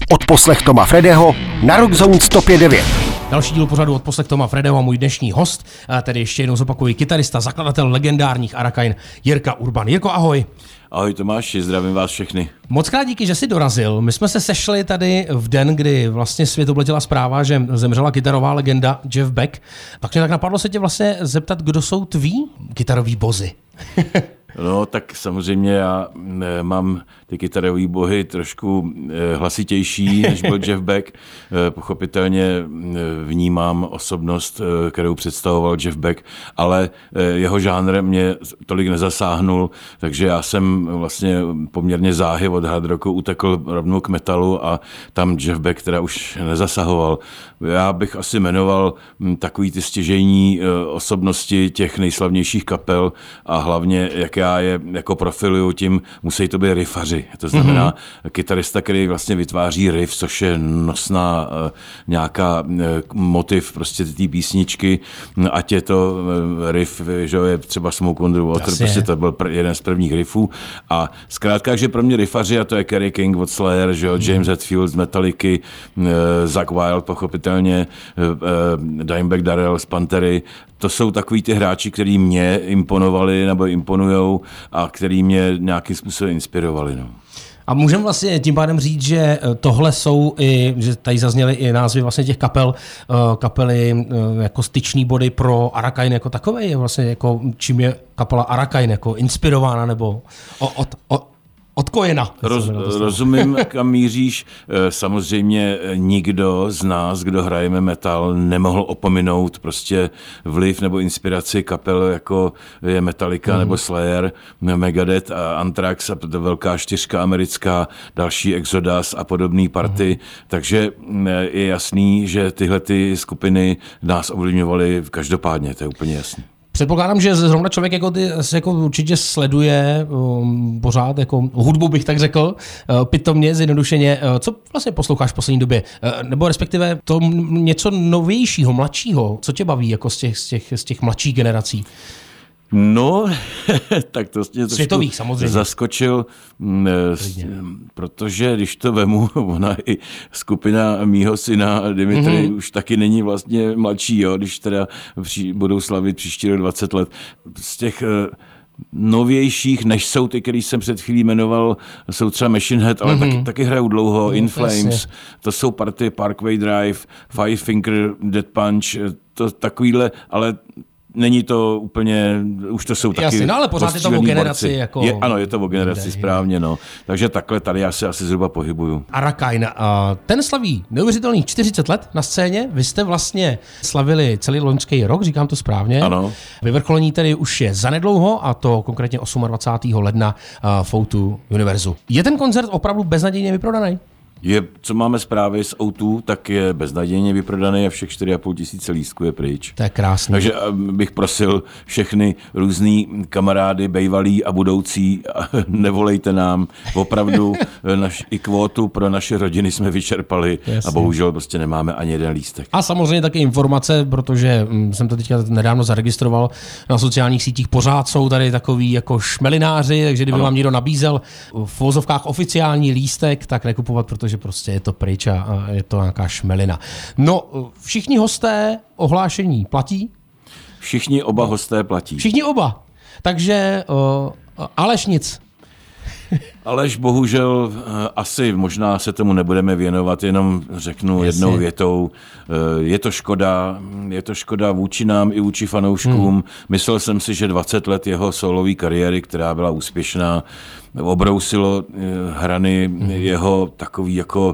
Odposlech Toma Fredeho na Rock Zone 105.9. Další díl pořadu Odposlech Toma Fredeho a můj dnešní host, tedy ještě jednou zopakuji, kytarista, zakladatel legendárních Arakain, Jirka Urban. Jirko, ahoj. Ahoj Tomáši, zdravím vás všechny. Moc krát díky, že jsi dorazil. My jsme se sešli tady v den, kdy vlastně svět obletěla zpráva, že zemřela kytarová legenda Jeff Beck. Tak mě tak napadlo se tě vlastně zeptat, kdo jsou tví kytaroví bozy. No, tak samozřejmě já mám ty kytarové bohy trošku hlasitější, než byl Jeff Beck. Pochopitelně vnímám osobnost, kterou představoval Jeff Beck, ale jeho žánr mě tolik nezasáhnul, takže já jsem vlastně poměrně záhy od hard rocku utekl rovnou k metalu a tam Jeff Beck teda už nezasahoval. Já bych asi jmenoval takový ty stěžejní osobnosti těch nejslavnějších kapel a hlavně, jak já je jako profiluju, tím musí to být riffaři. To znamená kytarista, který vlastně vytváří riff, což je nosná nějaká motiv prostě té písničky, ať je to riff, že je třeba Smoke on the Water, prostě to byl jeden z prvních riffů a zkrátka, že pro mě riffaři, a to je Kerry King od Slayer, že James Hetfield z Metallicy, Zakk Wylde pochopitelně, Dimebag Darrell z Pantery, to jsou takový ty hráči, který mě imponovali nebo imponujou a který mě nějakým způsobem inspirovali. No. A můžeme vlastně tím pádem říct, že tohle jsou i, že tady zazněly i názvy vlastně těch kapely jako styční body pro Arakain jako takové, je vlastně jako čím je kapela Arakain jako inspirována nebo odkojena. Rozumím, kam míříš. Samozřejmě nikdo z nás, kdo hrajeme metal, nemohl opominout prostě vliv nebo inspiraci kapel, jako je Metallica nebo Slayer, Megadeth a Anthrax a velká čtyřka americká, další Exodus a podobné party. Takže je jasný, že tyhle ty skupiny nás ovlivňovaly každopádně, to je úplně jasný. Předpokládám, že zrovna člověk jako ty jako určitě sleduje pořád jako hudbu, bych tak řekl, pitomně, zjednodušeně. Co vlastně posloucháš v poslední době? Nebo respektive to něco novějšího, mladšího, co tě baví jako z těch mladších generací? No, tak to mě světových samozřejmě zaskočil, protože když to vemu, ona i skupina mýho syna Dimitry už taky není vlastně mladší, jo, když teda budou slavit příští rok 20 let. Z těch novějších, než jsou ty, který jsem před chvílí jmenoval, jsou třeba Machine Head, ale taky hrajou dlouho, In Flames, to jsou party Parkway Drive, Five Finger Death Punch, to takovýhle, ale není to úplně, už to jsou taky... Jasně, no ale pořád je to o generaci. Jako... Ano, je to o generaci, správně, no. Takže takhle tady já se asi zhruba pohybuju. Arakain, ten slaví neuvěřitelných 40 let na scéně. Vy jste vlastně slavili celý loňský rok, říkám to správně. Ano. Vyvrcholení tedy už je zanedlouho, a to konkrétně 28. ledna v O2 Univerzu. Je ten koncert opravdu beznadějně vyprodaný? Co máme zprávy z O2, tak je beznadějně vyprodaný a všech 4,5 tisíce lístků je pryč. To je krásný. Takže bych prosil všechny různý kamarády, bejvalí a budoucí, nevolejte nám. Opravdu i kvótu pro naše rodiny jsme vyčerpali. Jasně. A bohužel prostě nemáme ani jeden lístek. A samozřejmě taky informace, protože jsem to teďka nedávno zaregistroval na sociálních sítích, pořád jsou tady takový jako šmelináři, takže kdyby vám někdo nabízel v vozovkách oficiální lístek, tak nekupovat, protože prostě je to pryč a je to nějaká šmelina. No, všichni hosté ohlášení platí? Všichni oba hosté platí. Všichni oba. Takže Aleš nic. Aleš bohužel asi možná se tomu nebudeme věnovat, jenom řeknu jednou větou. Je to škoda vůči nám i vůči fanouškům. Myslel jsem si, že 20 let jeho solové kariéry, která byla úspěšná, obrousilo hrany jeho takový jako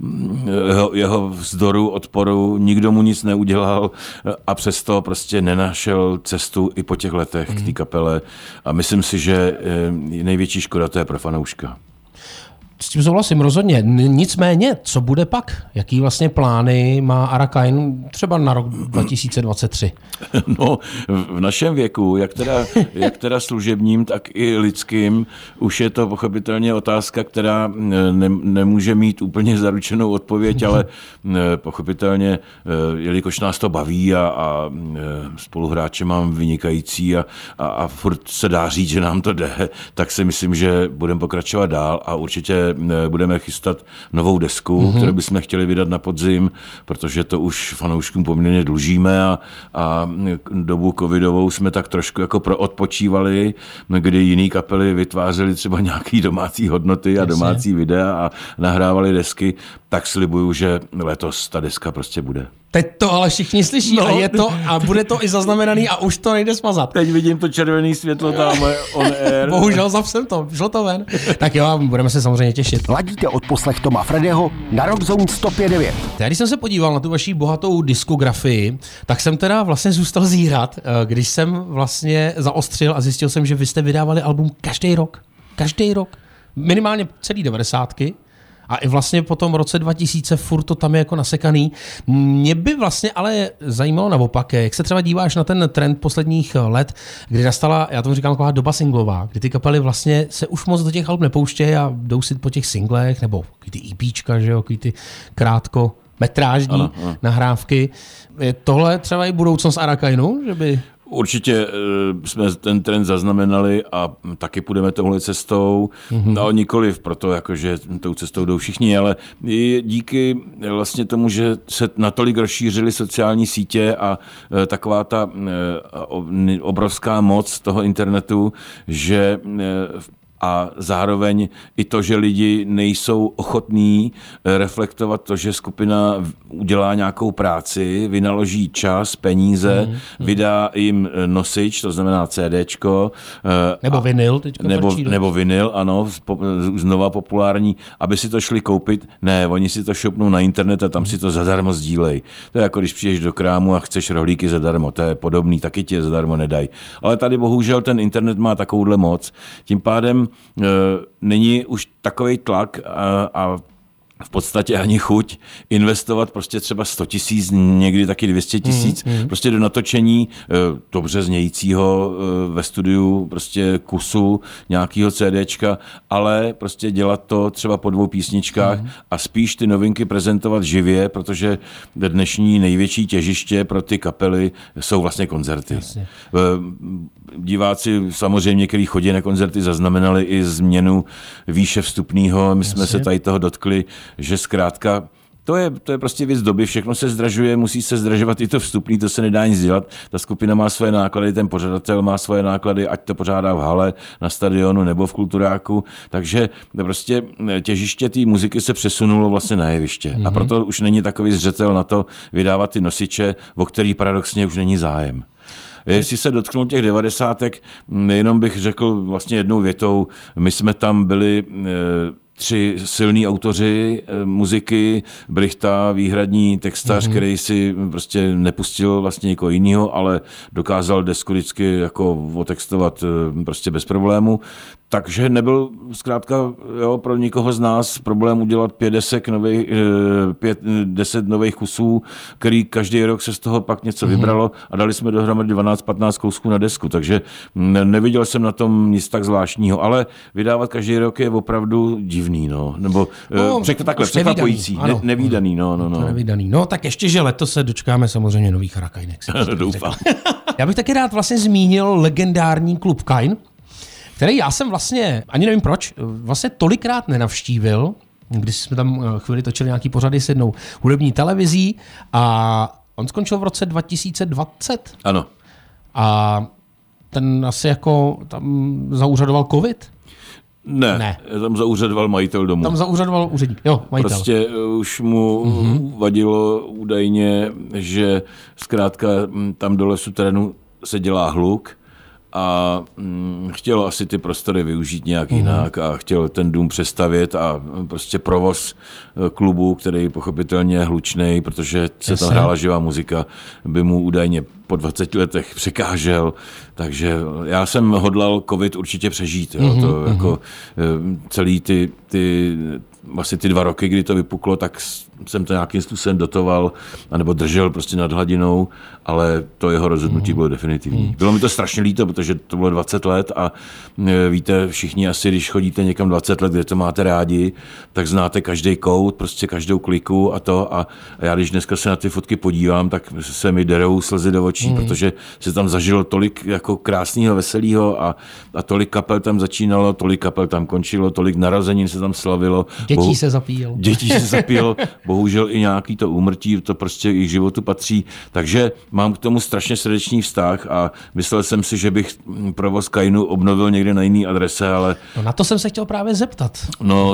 jeho vzdoru, odporu, nikdo mu nic neudělal a přesto prostě nenašel cestu i po těch letech k té kapele a myslím si, že největší škoda to je pro fanouška. S tím souhlasím rozhodně. Nicméně, co bude pak? Jaký vlastně plány má Arakain třeba na rok 2023? No, v našem věku, jak teda služebním, tak i lidským, už je to pochopitelně otázka, která nemůže mít úplně zaručenou odpověď, ale pochopitelně, jelikož nás to baví a spoluhráče mám vynikající a furt se dá říct, že nám to jde, tak si myslím, že budeme pokračovat dál a určitě že budeme chystat novou desku, kterou bychom chtěli vydat na podzim, protože to už fanouškům poměrně dlužíme a dobu covidovou jsme tak trošku jako odpočívali, kdy jiný kapely vytvářely třeba nějaký domácí hodnoty a domácí videa a nahrávali desky, tak slibuju, že letos ta deska prostě bude. Teď to ale všichni slyší a je to a bude to i zaznamenaný a už to nejde smazat. Teď vidím to červené světlo tam on air. Bohužel zapsem to, šlo to ven. Tak jo, budeme se samozřejmě těšit. Ladíte odposlech Toma Fredyho na Rock Zone 105.9. Když jsem se podíval na tu vaši bohatou diskografii, tak jsem teda vlastně zůstal zírat, když jsem vlastně zaostřil a zjistil jsem, že vy jste vydávali album každý rok. Každý rok. Minimálně celý 90. A i vlastně po tom roce 2000 furt to tam je jako nasekaný. Mě by vlastně ale zajímalo naopak, jak se třeba díváš na ten trend posledních let, kdy nastala, já tomu říkám, taková doba singlová, kdy ty kapely vlastně se už moc do těch alb nepouštějí a jdou si po těch singlech, nebo ty EPčka, že jo, ty krátkometrážní nahrávky. Je tohle třeba i budoucnost Arakainu, že by... Určitě jsme ten trend zaznamenali a taky půjdeme touhle cestou. No nikoliv proto, jakože tou cestou jdou všichni, ale i díky vlastně tomu, že se natolik rozšířily sociální sítě a taková ta obrovská moc toho internetu, že a zároveň i to, že lidi nejsou ochotní reflektovat to, že skupina udělá nějakou práci, vynaloží čas, peníze, vydá jim nosič, to znamená CDčko. Nebo vinyl. Nebo vinyl, ano, znova populární, aby si to šli koupit. Ne, oni si to šoupnou na internet a tam si to zadarmo sdílej. To je jako když přijdeš do krámu a chceš rohlíky zadarmo, to je podobný, taky ti je zadarmo nedají. Ale tady bohužel ten internet má takovouhle moc. Tím pádem není už takovej tlak a v podstatě ani chuť investovat prostě třeba 100 000, někdy taky 200 000, prostě do natočení dobře znějícího ve studiu prostě kusu, nějakého CDčka, ale prostě dělat to třeba po 2 písničkách a spíš ty novinky prezentovat živě, protože dnešní největší těžiště pro ty kapely jsou vlastně koncerty. Jasně. Diváci samozřejmě, kteří chodí na koncerty, zaznamenali i změnu výše vstupného. My jsme se tady toho dotkli, že zkrátka to je prostě věc doby, všechno se zdražuje, musí se zdražovat i to vstupný, to se nedá nic dělat. Ta skupina má svoje náklady, ten pořadatel má svoje náklady, ať to pořádá v hale, na stadionu nebo v kulturáku. Takže prostě těžiště té muziky se přesunulo vlastně na jeviště. A proto už není takový zřetel na to vydávat ty nosiče, o který paradoxně už není zájem. Jestli se dotknu těch 90, jenom bych řekl vlastně jednou větou, my jsme tam byli 3 silní autoři muziky, Brychta, výhradní textař, který si prostě nepustil vlastně někoho jiného, ale dokázal desku vždycky jako otextovat prostě bez problému. Takže nebyl zkrátka pro nikoho z nás problém udělat 10 nových kusů, který každý rok se z toho pak něco vybralo a dali jsme dohromady 12-15 kousků na desku. Takže neviděl jsem na tom nic tak zvláštního, ale vydávat každý rok je opravdu divný, no. Nebo řekl takhle, překvapující, nevídaný, Nevídaný. No tak ještě, že letos se dočkáme samozřejmě nových Arakainek. Doufám. Já bych taky rád vlastně zmínil legendární klub Kain, který já jsem vlastně, ani nevím proč, vlastně tolikrát nenavštívil, když jsme tam chvíli točili nějaký pořady s jednou hudební televizí a on skončil v roce 2020. Ano. A ten asi jako tam zaúřadoval covid? Ne. Tam zaúřadoval majitel domu. Tam zaúřadoval úředník, jo, majitel. Prostě už mu vadilo údajně, že zkrátka tam dole v suterénu se dělá hluk, a chtěl asi ty prostory využít nějak jinak a chtěl ten dům přestavět a prostě provoz klubu, který pochopitelně je hlučnej, protože se tam hrála živá muzika, by mu údajně po 20 letech překážel, takže já jsem hodlal covid určitě přežít. Jo, to jako celý vlastně ty 2 roky, kdy to vypuklo, tak jsem to nějakým způsobem dotoval, anebo držel prostě nad hladinou, ale to jeho rozhodnutí bylo definitivní. Bylo mi to strašně líto, protože to bylo 20 let a víte všichni asi, když chodíte někam 20 let, kde to máte rádi, tak znáte každý kout, prostě každou kliku a to a já když dneska se na ty fotky podívám, tak se mi derou slzy do očí, protože se tam zažilo tolik jako krásného, veselého a tolik kapel tam začínalo, tolik kapel tam končilo, tolik narozenin se tam slavilo. Dětí se zapíjelo. Dětí se zapíjelo, bohužel i nějaký to úmrtí, to prostě i k životu patří, takže mám k tomu strašně srdečný vztah a myslel jsem si, že bych provoz Kainu obnovil někde na jiný adrese, ale... No na to jsem se chtěl právě zeptat. No,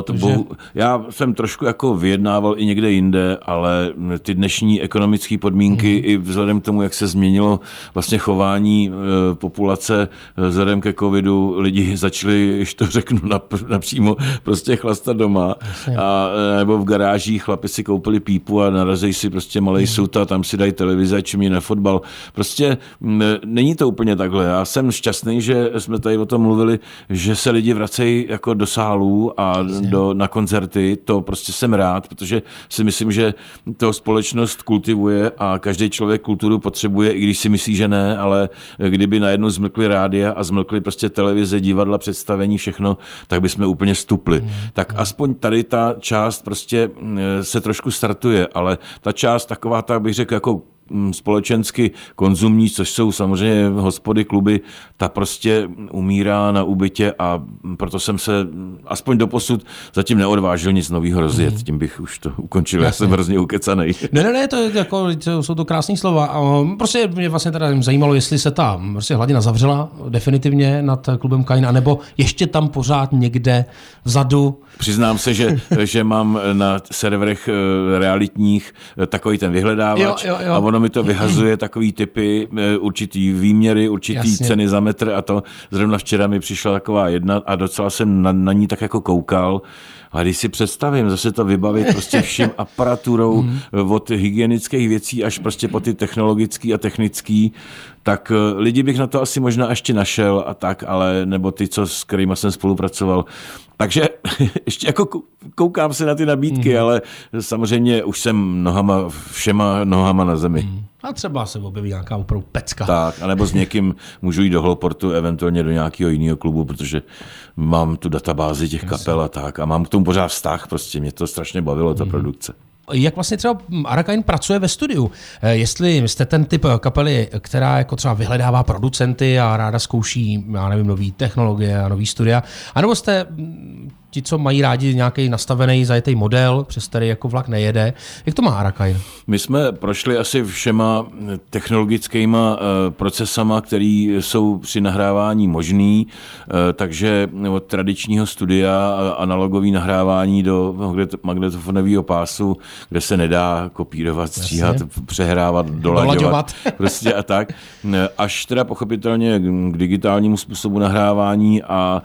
já jsem trošku jako vyjednával i někde jinde, ale ty dnešní ekonomické podmínky i vzhledem k tomu, jak se změnilo vlastně chování populace vzhledem ke covidu, lidi začali, když to řeknu napřímo, prostě chlastat doma a nebo v garážích chlapi si koupili pípu a narazí si prostě malej sud a tam si dají televize, čím na fotbal. Prostě není to úplně takhle. Já jsem šťastný, že jsme tady o tom mluvili, že se lidi vracejí jako do sálů a na koncerty. To prostě jsem rád, protože si myslím, že to společnost kultivuje a každý člověk kulturu potřebuje, i když si myslí, že ne, ale kdyby najednou zmlkli rádia a zmlkli prostě televize, divadla, představení, všechno, tak bychom úplně stupli. Tak aspoň tady ta část prostě se trošku startuje, ale ta část taková, tak bych řekl, jako společensky konzumní, což jsou samozřejmě hospody, kluby, ta prostě umírá na úbytě a proto jsem se aspoň doposud zatím neodvážil nic nového rozjet. Tím bych už to ukončil. Já jsem hrozně ukecanej. Ne, to jsou to krásné slova. Prostě mě vlastně teda zajímalo, jestli se ta prostě hladina zavřela definitivně nad klubem Kain, anebo ještě tam pořád někde vzadu. Přiznám se, že mám na serverech realitních takový ten vyhledávač a ono mi to vyhazuje takový typy, určitý výměry, určitý ceny za metr a to. Zrovna včera mi přišla taková jedna a docela jsem na ní tak jako koukal. A když si představím, zase to vybavit prostě vším aparaturou od hygienických věcí až prostě po ty technologický a technický, tak lidi bych na to asi možná ještě našel a tak, ale nebo ty, s kterýma jsem spolupracoval. Takže ještě jako koukám se na ty nabídky, ale samozřejmě už jsem všema nohama na zemi. A třeba se objeví nějaká opravdu pecka. Tak, anebo s někým můžu jít do Hloportu, eventuálně do nějakého jiného klubu, protože mám tu databázi těch kapel a tak a mám k tomu pořád vztah, prostě mě to strašně bavilo, ta produkce. Jak vlastně třeba Arakain pracuje ve studiu? Jestli jste ten typ kapely, která jako třeba vyhledává producenty a ráda zkouší, já nevím, nový technologie a nový studia, anebo jste ti, co mají rádi nějaký nastavený zajetý model, přes který jako vlak nejede. Jak to má Arakain? My jsme prošli asi všema technologickými procesama, které jsou při nahrávání možný, takže od tradičního studia analogový nahrávání do magnetofonového pásu, kde se nedá kopírovat, stříhat, přehrávat, dolaďovat. Prostě a tak. Až teda pochopitelně k digitálnímu způsobu nahrávání a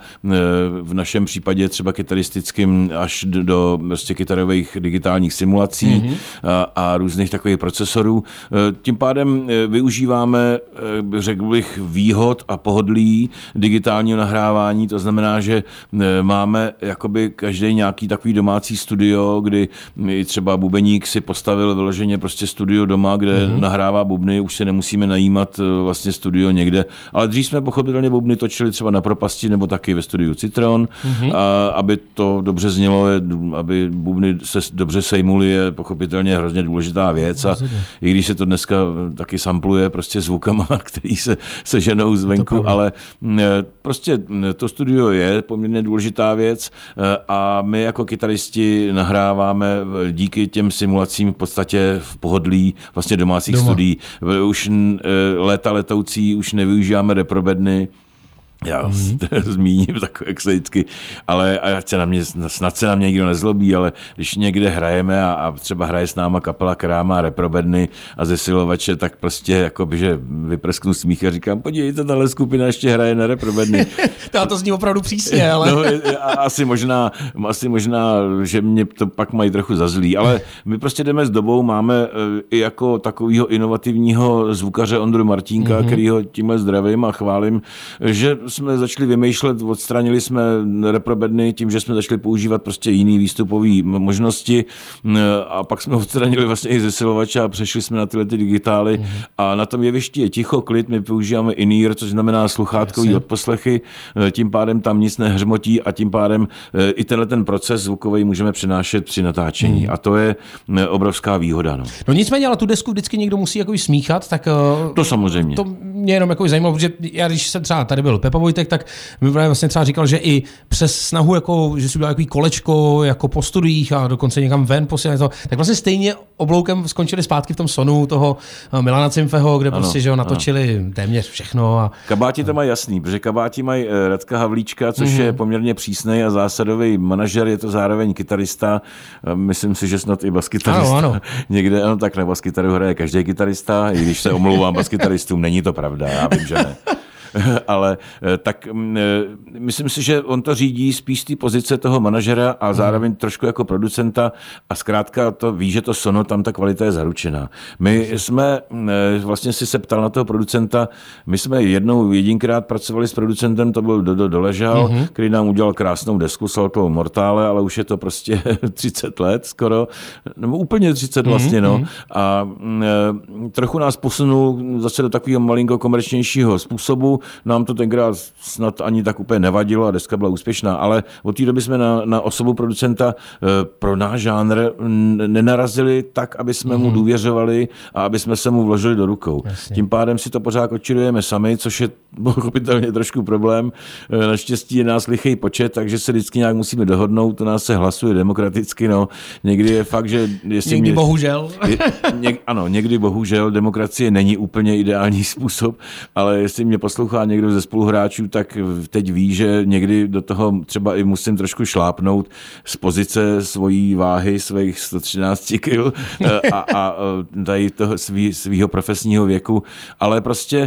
v našem případě třeba kytaristickým až do prostě kytarových digitálních simulací a různých takových procesorů. Tím pádem využíváme, řekl bych, výhod a pohodlí digitálního nahrávání. To znamená, že máme jakoby každý nějaký takový domácí studio, kdy třeba bubeník si postavil vyloženě prostě studio doma, kde nahrává bubny, už se nemusíme najímat vlastně studio někde. Ale dřív jsme pochopitelně bubny točili třeba na Propasti nebo taky ve studiu Citron, aby to dobře znělo, aby bubny se dobře sejmuly, je pochopitelně hrozně důležitá věc a i když se to dneska taky sampluje prostě zvukama, který se ženou zvenku, ale prostě to studio je poměrně důležitá věc a my jako kytaristi nahráváme díky těm simulacím v podstatě v pohodlí vlastně domácích studií. Už léta letoucí už nevyužíváme reprobedny, já zmíním tak, jak se vždycky, ale snad se na mě nikdo nezlobí, ale když někde hrajeme a třeba hraje s náma kapela, která má reprobedny a zesilovače, tak prostě jakoby, že vyprsknu smích a říkám, podívejte, tahle skupina ještě hraje na reprobedny. To zní opravdu přísně, ale... No, asi možná, že mě to pak mají trochu za zlý, ale my prostě jdeme s dobou, máme i jako takového inovativního zvukaře Ondru Martínka, kterýho tímhle zdravím a chválím, že jsme začali vymýšlet, odstranili jsme reprobedny tím, že jsme začali používat prostě jiný výstupové možnosti a pak jsme odstranili vlastně i zesilovače a přešli jsme na tyhle digitály a na tom jevišti je ticho, klid, my používáme in-ear, což znamená sluchátkový odposlechy, tím pádem tam nic nehřmotí a tím pádem i tenhle ten proces zvukový můžeme přenášet při natáčení a to je obrovská výhoda. No nicméně, ale tu desku vždycky někdo musí jako smíchat, tak to samozřejmě. To mě jenom jako zajímalo, protože já, když jsem třeba tady byl Pepa Vojtek, tak mi vlastně třeba říkal, že i přes snahu, jako, že si udělal takový kolečko jako po studiích a dokonce někam ven posílali to, tak vlastně stejně obloukem skončili zpátky v tom Sonu toho Milana Cimfeho, kde prostě, že ho natočili téměř všechno. A Kabáti to mají jasný, protože kabáti mají Radka Havlíčka, což je poměrně přísnej a zásadový manažer, je to zároveň kytarista, myslím si, že snad i baskytarista. Ano. Někde, tak na baskytaru hraje každý kytarista, i když se omlouvám baskytaristům, není to pravda, já vím, že ne. Ale tak myslím si, že on to řídí spíš z té pozice toho manažera a zároveň trošku jako producenta a zkrátka to ví, že to sono, tam ta kvalita je zaručená. My jsme, vlastně si se ptal na toho producenta, my jsme jedinkrát pracovali s producentem, to byl Dodo Doležal, který nám udělal krásnou desku Salto Mortale, ale už je to prostě 30 let skoro, nebo úplně 30 vlastně, no. A trochu nás posunul zase do takového malinko komerčnějšího způsobu. Nám to tenkrát snad ani tak úplně nevadilo a deska byla úspěšná, ale od té doby jsme na osobu producenta pro náš žánr nenarazili tak, aby jsme mu důvěřovali a aby jsme se mu vložili do rukou. Jasně. Tím pádem si to pořád odčilujeme sami, což je pochopitelně trošku problém. Naštěstí je nás lichý počet, takže se vždycky nějak musíme dohodnout, to nás se hlasuje demokraticky. No. Někdy je fakt, že... Někdy bohužel. Ano, někdy bohužel demokracie není úplně ideální způsob, ale jestli mě poslouchá někdo ze spoluhráčů, tak teď ví, že někdy do toho třeba i musím trošku šlápnout z pozice svojí váhy, svých 113 kg a tady toho svýho profesního věku, ale prostě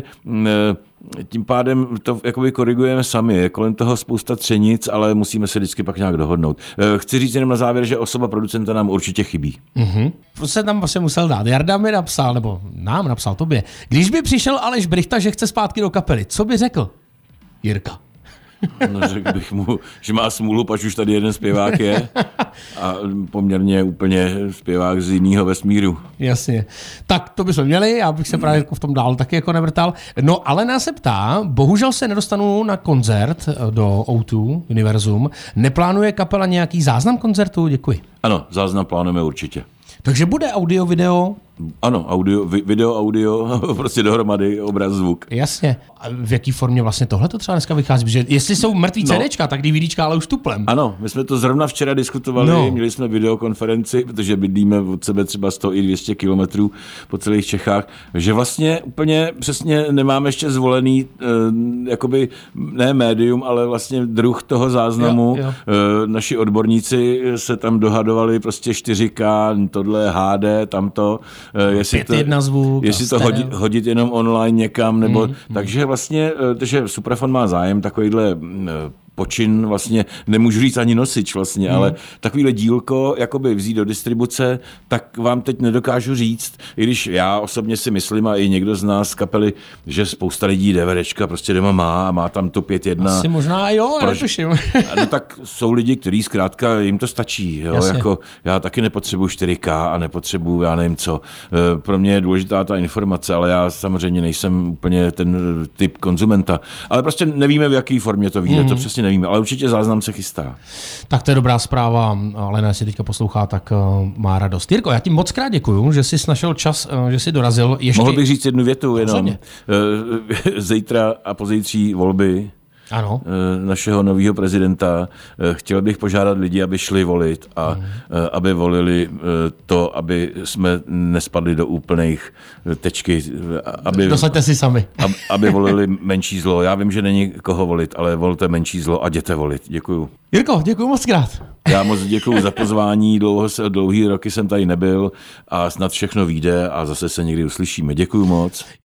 tím pádem to jakoby korigujeme sami. Je kolem toho spousta třenic, ale musíme se vždycky pak nějak dohodnout. Chci říct jenom na závěr, že osoba producenta nám určitě chybí. To se tam vlastně musel dát. Jarda mi napsal, nebo nám napsal tobě. Když by přišel Aleš Brychta, že chce zpátky do kapely, co by řekl? Jirka. No, řekl bych mu, že má smůlu, pač už tady jeden zpěvák je a poměrně úplně zpěvák z jiného vesmíru. Jasně. Tak to bychom měli, já bych se právě v tom dál taky jako nevrtal. No ale nás se ptá, bohužel se nedostanu na koncert do O2 Univerzum. Neplánuje kapela nějaký záznam koncertu? Děkuji. Ano, záznam plánujeme určitě. Takže bude audio, video? Ano, audio, prostě dohromady, obraz, zvuk. Jasně. A v jaký formě vlastně tohle to třeba dneska vychází? Protože jestli jsou mrtvý CDčka, tak DVDčka, ale už tuplem. Ano, my jsme to zrovna včera diskutovali, měli jsme videokonferenci, protože bydlíme od sebe třeba 100 i 200 kilometrů po celých Čechách, že vlastně úplně přesně nemáme ještě zvolený, jakoby ne médium, ale vlastně druh toho záznamu. Jo. Naši odborníci se tam dohadovali prostě 4K, tohle HD, tamto. Jestli to hodit jenom online někam, nebo takže vlastně, že Suprafon má zájem takovýhle počin, vlastně nemůžu říct ani nosič vlastně, ale takovýhle dílko jakoby vzít do distribuce, tak vám teď nedokážu říct, i když já osobně si myslím a i někdo z nás z kapely, že spousta lidí DVDčka prostě doma má a má tam to 5.1. Asi možná jo, netuším. No tak jsou lidi, kteří zkrátka jim to stačí. Jo? Jako, já taky nepotřebuji 4K a nepotřebuji, já nevím co. Pro mě je důležitá ta informace, ale já samozřejmě nejsem úplně ten typ konzumenta. Ale prostě nevíme, v jaké formě to vyjde, to přesně nevíme, ale určitě záznam se chystá. Tak to je dobrá zpráva, Lena, jestli teďka poslouchá, tak má radost. Jirko, já ti moc krát děkuju, že jsi našel čas, že jsi dorazil. Mohl bych říct jednu větu jenom. Zítra a pozítří volby. Ano. Našeho nového prezidenta. Chtěl bych požádat lidi, aby šli volit a aby volili to, aby jsme nespadli do úplných tečky. Dosaďte si sami. Aby volili menší zlo. Já vím, že není koho volit, ale volte menší zlo a jděte volit. Děkuju. Jirko, děkuju moc krát. Já moc děkuju za pozvání. Dlouhý roky jsem tady nebyl a snad všechno vyjde a zase se někdy uslyšíme. Děkuju moc.